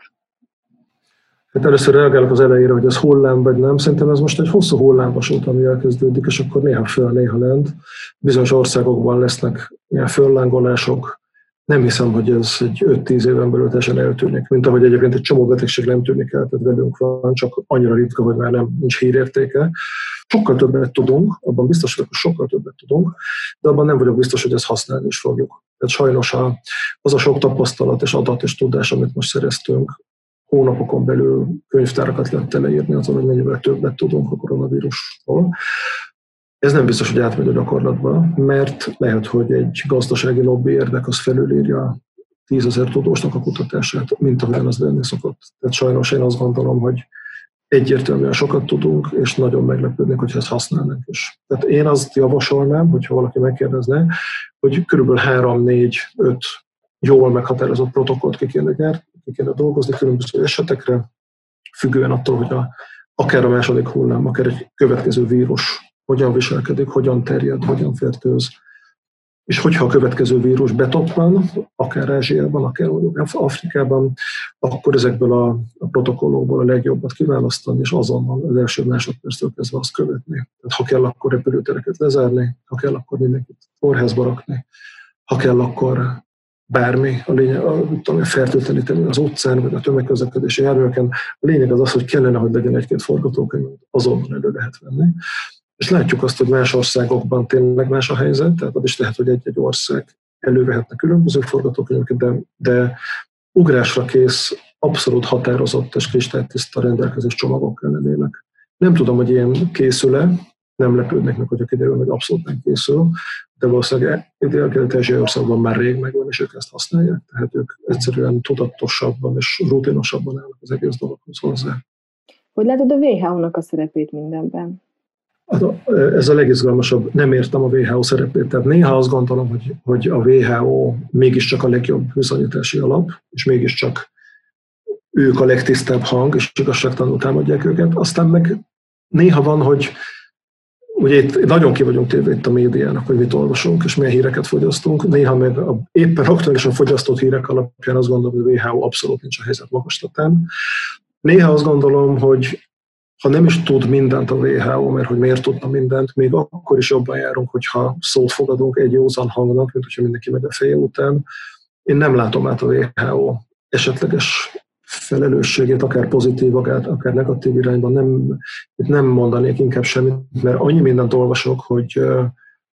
Speaker 1: Hát először reagálok az elejére, hogy ez hullám vagy nem. Szerintem ez most egy hosszú hullámvasút, ami elkezdődik, és akkor néha föl, néha lent. Bizonyos országokban lesznek ilyen föllángolások. Nem hiszem, hogy ez egy 5-10 éven belül teljesen eltűnik, mint ahogy egyébként egy csomó betegség nem tűnik el, tehát velünk van, csak annyira ritka, hogy már nincs hírértéke. Sokkal többet tudunk, abban biztos vagyok, hogy sokkal többet tudunk, de abban nem vagyok biztos, hogy ezt használni is fogjuk. Tehát sajnos az a sok tapasztalat és adat és tudás, amit most szereztünk, hónapokon belül könyvtárakat lehet teleírni azon, hogy mennyivel többet tudunk a koronavírusról. Ez nem biztos, hogy átmegy a gyakorlatba, mert lehet, hogy egy gazdasági lobby érdek az felülírja 10 000 tudósnak a kutatását, mint ahogyan az lenni szokott. Tehát sajnos én azt gondolom, hogy egyértelműen sokat tudunk, és nagyon meglepődnék, hogyha ezt használnánk is. Tehát én azt javasolnám, hogyha valaki megkérdezne, hogy körülbelül 3-4-5 jól meghatározott protokollt ki kéne dolgozni különböző esetekre, függően attól, hogy akár a második hullám, akár egy következő vírus hogyan viselkedik, hogyan terjed, hogyan fertőz. És hogyha a következő vírus betoppan, akár Ázsiában, akár Afrikában, akkor ezekből a protokollokból a legjobbat kiválasztani, és azonnal az első másodperctől kezdve azt követni. Tehát ha kell, akkor repülőtereket lezárni, ha kell, akkor mindenkit kórházba rakni, ha kell, akkor bármi, a lényeg, fertőtleníteni az utcán, vagy a tömegközlekedési járműveken. A lényeg az, hogy kellene, hogy legyen egy-két forgatókönyv, azonnal elő lehet venni. És látjuk azt, hogy más országokban tényleg más a helyzet, tehát az is lehet, hogy egy-egy ország elővehetne különböző forgatókönyveket, de ugrásra kész, abszolút határozott és kristálytiszta rendelkezés csomagok lennének. Nem tudom, hogy ilyen készül-e, nem lepődnek meg, hogyha kiderül, hogy abszolút nem készül, de valószínűleg Dél-Kelet-Ázsiai országban már rég megvan, és ők ezt használják, tehát ők egyszerűen tudatosabban és rutinosabban állnak az egész dologhoz hozzá.
Speaker 2: Hogy látod a WHO-nak a szerepét mindenben?
Speaker 1: Ez a legizgalmasabb, nem értem a WHO szerepét. Tehát néha azt gondolom, hogy a WHO mégiscsak a legjobb bizonyítási alap, és mégiscsak ők a legtisztább hang, és igazságtalanul támadják őket. Aztán meg néha van, hogy ugye itt nagyon ki vagyunk téve itt a médiának, hogy mit olvasunk, és milyen híreket fogyasztunk. Néha meg éppen aktuálisan fogyasztott hírek alapján azt gondolom, hogy a WHO abszolút nincs a helyzet magaslatán. Néha azt gondolom, hogy ha nem is tud mindent a WHO, mert hogy miért tudna mindent, még akkor is jobban járunk, hogyha szót fogadunk egy józan hangnak, mint hogyha mindenki megy a feje után. Én nem látom át a WHO esetleges felelősségét, akár pozitív, akár negatív irányban. Nem mondanék inkább semmit, mert annyi mindent olvasok, hogy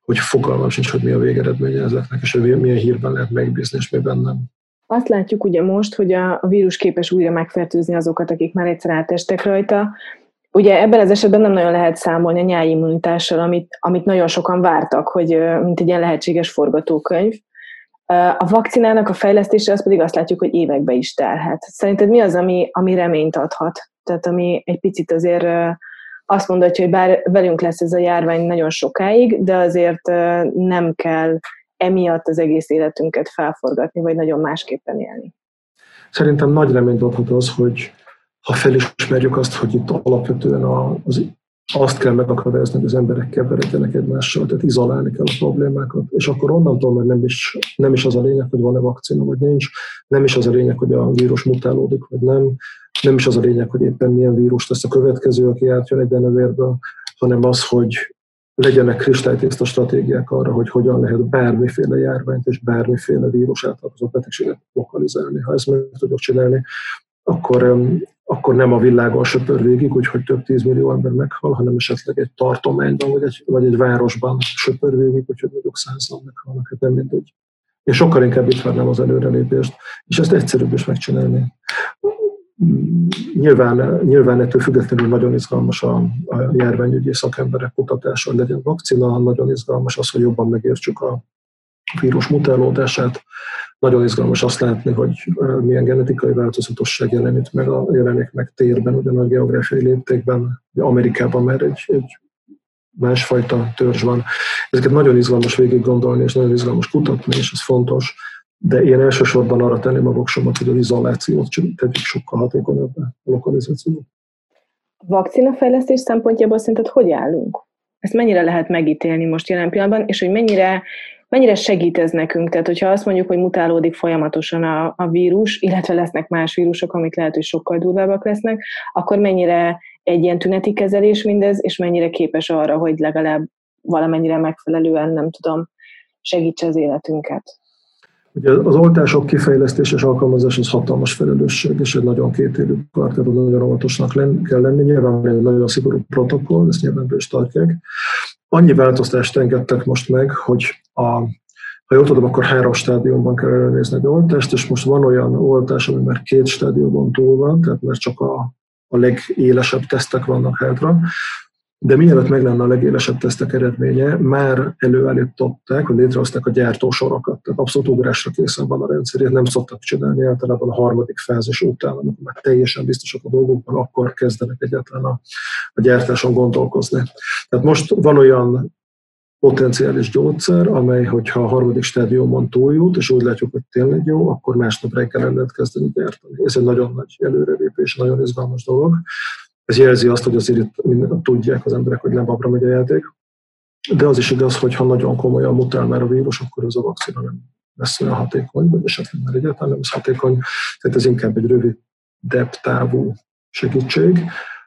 Speaker 1: hogy fogalmam sincs, hogy mi a végeredménye ezeknek, és hogy milyen hírben lehet megbízni, és miben nem.
Speaker 2: Azt látjuk ugye most, hogy a vírus képes újra megfertőzni azokat, akik már egyszer átestek rajta. Ugye ebben az esetben nem nagyon lehet számolni a nyári immunitással, amit nagyon sokan vártak, hogy mint egy ilyen lehetséges forgatókönyv. A vakcinának a fejlesztése, az pedig azt látjuk, hogy évekbe is telhet. Szerinted mi az, ami reményt adhat? Tehát ami egy picit azért azt mondhatja, hogy bár velünk lesz ez a járvány nagyon sokáig, de azért nem kell emiatt az egész életünket felforgatni, vagy nagyon másképpen élni.
Speaker 1: Szerintem nagy reményt adhat az, hogy ha felismerjük azt, hogy itt alapvetően azt kell megakadályozni, hogy az emberek keveredjenek egymással, tehát izolálni kell a problémákat, és akkor onnantól már nem is az a lényeg, hogy van-e vakcina, vagy nincs, nem is az a lényeg, hogy a vírus mutálódik, vagy nem is az a lényeg, hogy éppen milyen vírus lesz a következő, aki átjön egy nővérből, hanem az, hogy legyenek kristálytiszta stratégiák arra, hogy hogyan lehet bármiféle járványt és bármiféle vírus által okozott betegséget lokalizálni. Ha ezt meg tudjuk csinálni, akkor nem a világon söpör végig, úgyhogy több 10 millió ember meghal, hanem esetleg egy tartományban vagy egy városban söpör végig, úgyhogy mondjuk 100-an meghalnak, hát nem mindegy. Én sokkal inkább itt várnám az előrelépést, és ezt egyszerűbb is megcsinálni. Nyilván ettől függetlenül nagyon izgalmas a járványügyi szakemberek kutatása, hogy legyen vakcina, nagyon izgalmas az, hogy jobban megértsük a vírus mutálódását, nagyon izgalmas azt látni, hogy milyen genetikai változatosság jelenik meg térben, ugyan a geográfiai léptékben, Amerikában már egy másfajta törzs van. Ezeket nagyon izgalmas végig gondolni, és nagyon izgalmas kutatni, és ez fontos, de én elsősorban arra tenném a voksomat, hogy az izolációt tegyük sokkal hatékonyabb a lokalizációt.
Speaker 2: A vakcinafejlesztés szempontjából szerinted hogy állunk? Ezt mennyire lehet megítélni most jelen pillanatban, és hogy mennyire segít ez nekünk? Tehát, hogyha azt mondjuk, hogy mutálódik folyamatosan a vírus, illetve lesznek más vírusok, amik lehet, hogy sokkal durvábbak lesznek, akkor mennyire egy ilyen tüneti kezelés mindez, és mennyire képes arra, hogy legalább valamennyire megfelelően, nem tudom, segítse az életünket?
Speaker 1: Ugye az oltások kifejlesztés és alkalmazás az hatalmas felelősség, és egy nagyon kétélű kar, tehát nagyon óvatosnak kell lenni. Nyilván egy nagyon szigorú protokoll, ezt nyilván be is tartják. Annyi változtást engedtek most meg, hogy ha jól tudom, akkor 3 stádiumban kell ellenőrizni egy oltást, és most van olyan oltás, ami már 2 stádiumon túl van, tehát már csak a legélesebb tesztek vannak hátra. De mielőtt meg lenne a legélesebb tesztek eredménye, már előállították, hogy létrehozták a gyártósorokat. Tehát abszolút ugrásra készen van a rendszerét, nem szoktak csinálni általában a 3. fázis után, amikor már teljesen biztosak a dolgokban, akkor kezdenek egyáltalán a gyártáson gondolkozni. Tehát most van olyan potenciális gyógyszer, amely, hogyha a 3. stádiumon túljut, és úgy látjuk, hogy tényleg jó, akkor másnap reggel el lehet kezdeni gyártani. Ez egy nagyon nagy előrelépés, nagyon izgalmas dolog. Ez jelzi azt, hogy azért itt tudják az emberek, hogy nem babra megy a játék. De az is igaz, hogy ha nagyon komolyan mutál már a vírus, akkor az a vakcina nem lesz olyan hatékony, vagy esetleg már egyáltalán nem lesz hatékony. Tehát ez inkább egy rövidebb távú segítség.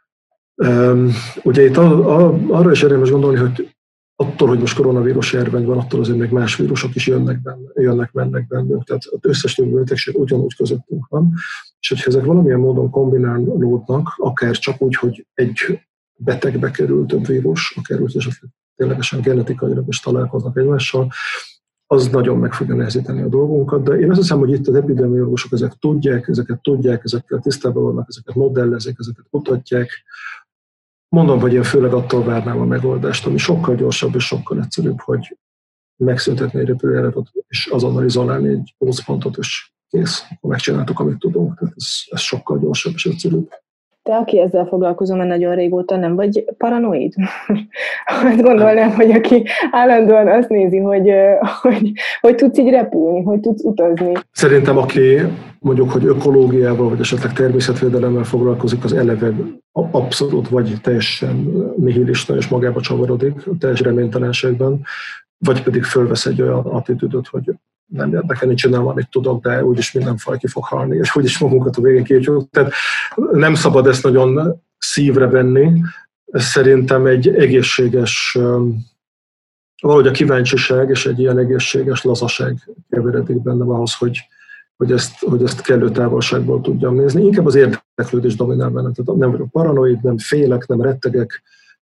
Speaker 1: Ugye itt arra is érdemes gondolni, hogy attól, hogy most koronavírus járvány van, attól azért még más vírusok is jönnek bennünk. Tehát az összes többi betegség ugyanúgy közöttünk van. És hogyha ezek valamilyen módon kombinálódnak, akár csak úgy, hogy egy betegbe kerül több vírus, akár úgy, és ténylegesen genetikailag is találkoznak egymással, az nagyon meg fogja nehezíteni a dolgunkat. De én azt hiszem, hogy itt az epidemiológusok ezeket tudják, ezekkel tisztában vannak, ezeket modellezik, ezeket kutatják. Mondom, hogy én főleg attól várnám a megoldást, ami sokkal gyorsabb és sokkal egyszerűbb, hogy megszüntetni egy repülőjáratot, és azonnal izolálni egy gócpontot, és kész, akkor megcsináltuk, amit tudunk. Tehát ez sokkal gyorsabb és egyszerűbb.
Speaker 2: Te, aki ezzel foglalkozom már nagyon régóta, nem vagy paranoid? Azt gondolnám, hogy aki állandóan azt nézi, hogy tudsz így repülni, hogy tudsz utazni.
Speaker 1: Szerintem aki mondjuk, hogy ökológiával, vagy esetleg természetvédelemmel foglalkozik, az eleve abszolút vagy teljesen nihilista és magába csavarodik, teljes reménytelenségben, vagy pedig fölvesz egy olyan attitűdöt, hogy nem érdekel, én csinálom, amit tudok, de úgyis minden faj ki fog halni, és úgyis magunkat a végén kiütjük. Tehát nem szabad ezt nagyon szívre venni. Ez szerintem egy egészséges, valahogy a kíváncsiság és egy ilyen egészséges lazaság keveredik bennem ahhoz, hogy ezt kellő távolságból tudjam nézni. Inkább az érdeklődés dominál bennem. Tehát nem vagyok paranoid, nem félek, nem rettegek,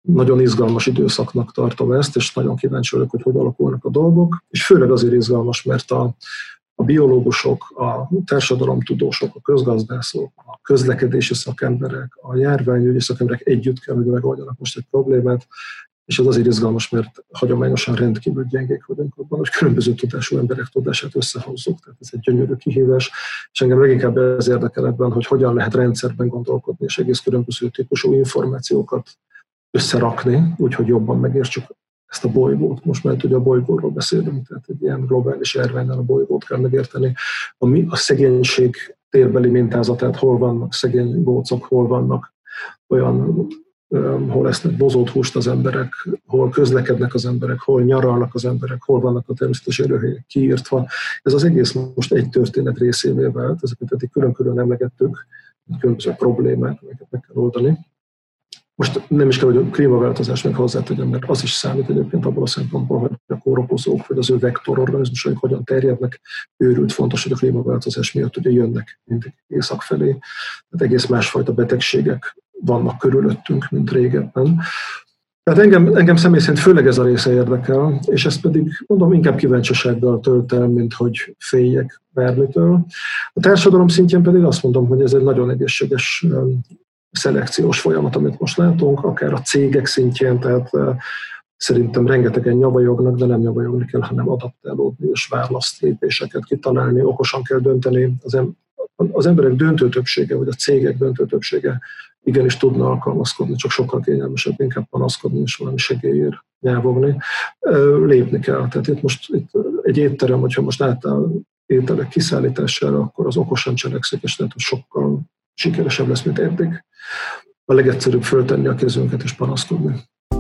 Speaker 1: nagyon izgalmas időszaknak tartom ezt, és nagyon kíváncsi vagyok, hogy alakulnak a dolgok, és főleg azért izgalmas, mert a biológusok, a társadalomtudósok, a közgazdászok, a közlekedési szakemberek, a járványügyi szakemberek együtt kell, hogy megoldjanak most egy problémát, és ez azért izgalmas, mert hagyományosan rendkívül gyengék vagyunk abban, hogy különböző tudású emberek tudását összehozzuk. Tehát ez egy gyönyörű kihívás, és engem leginkább ez érdekel ebben, hogy hogyan lehet rendszerben gondolkodni, és egész különböző típusú információkat összerakni, úgyhogy jobban megértsük ezt a bolygót. Most már ugye a bolygóról beszélünk, tehát egy ilyen globális járványnál a bolygót kell megérteni. A szegénység térbeli mintázatát, hol vannak szegény gócok, hol vannak olyan, hol esznek bozott húst az emberek, hol közlekednek az emberek, hol nyaralnak az emberek, hol vannak a természetes élőhelyek kiírtva. Ez az egész most egy történet részévé vált, ezeket eddig külön-külön emlegettük, különböző problémák, amiket meg kell oldani. Most nem is kell, hogy a klímaváltozás meg hozzátegyem, mert az is számít egyébként abból a szempontból, hogy a kórokozók vagy az ő vektororganizmusaik hogyan terjednek. Őrült fontos, hogy a klímaváltozás miatt ugye jönnek mindig észak felé. Tehát egész másfajta betegségek vannak körülöttünk, mint régebben. Tehát engem személy szerint főleg ez a része érdekel, és ezt pedig mondom inkább kíváncsisággal tölt el, mint hogy féljek bármitől. A társadalom szintjén pedig azt mondom, hogy ez egy nagyon egészséges szelekciós folyamat, amit most látunk, akár a cégek szintjén, tehát szerintem rengetegen nyavajognak, de nem nyavajogni kell, hanem adaptálódni és választlépéseket kitalálni, okosan kell dönteni. Az emberek döntő többsége, vagy a cégek döntő többsége igenis tudna alkalmazkodni, csak sokkal kényelmesebb inkább panaszkodni és valami segélyért nyávogni. Lépni kell. Tehát itt egy étterem, hogyha most átáll ételek kiszállítására, akkor az okosan cselekszik, és lehet, hogy sokkal sikeresebb lesz, mint eddig. A legegyszerűbb föltenni a kezünket és panaszkodni.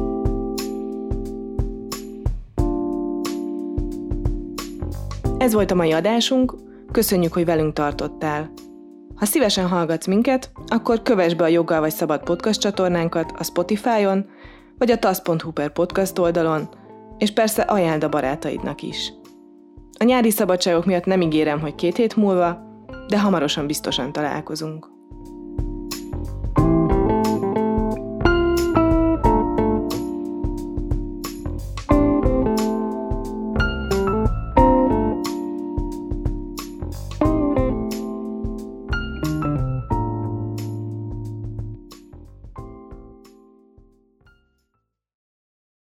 Speaker 2: Ez volt a mai adásunk, köszönjük, hogy velünk tartottál. Ha szívesen hallgatsz minket, akkor kövess be a Joggal vagy Szabad podcast csatornánkat a Spotify-on, vagy a tasz.hu podcast oldalon, és persze ajánld a barátaidnak is. A nyári szabadságok miatt nem ígérem, hogy 2 hét múlva, de hamarosan biztosan találkozunk.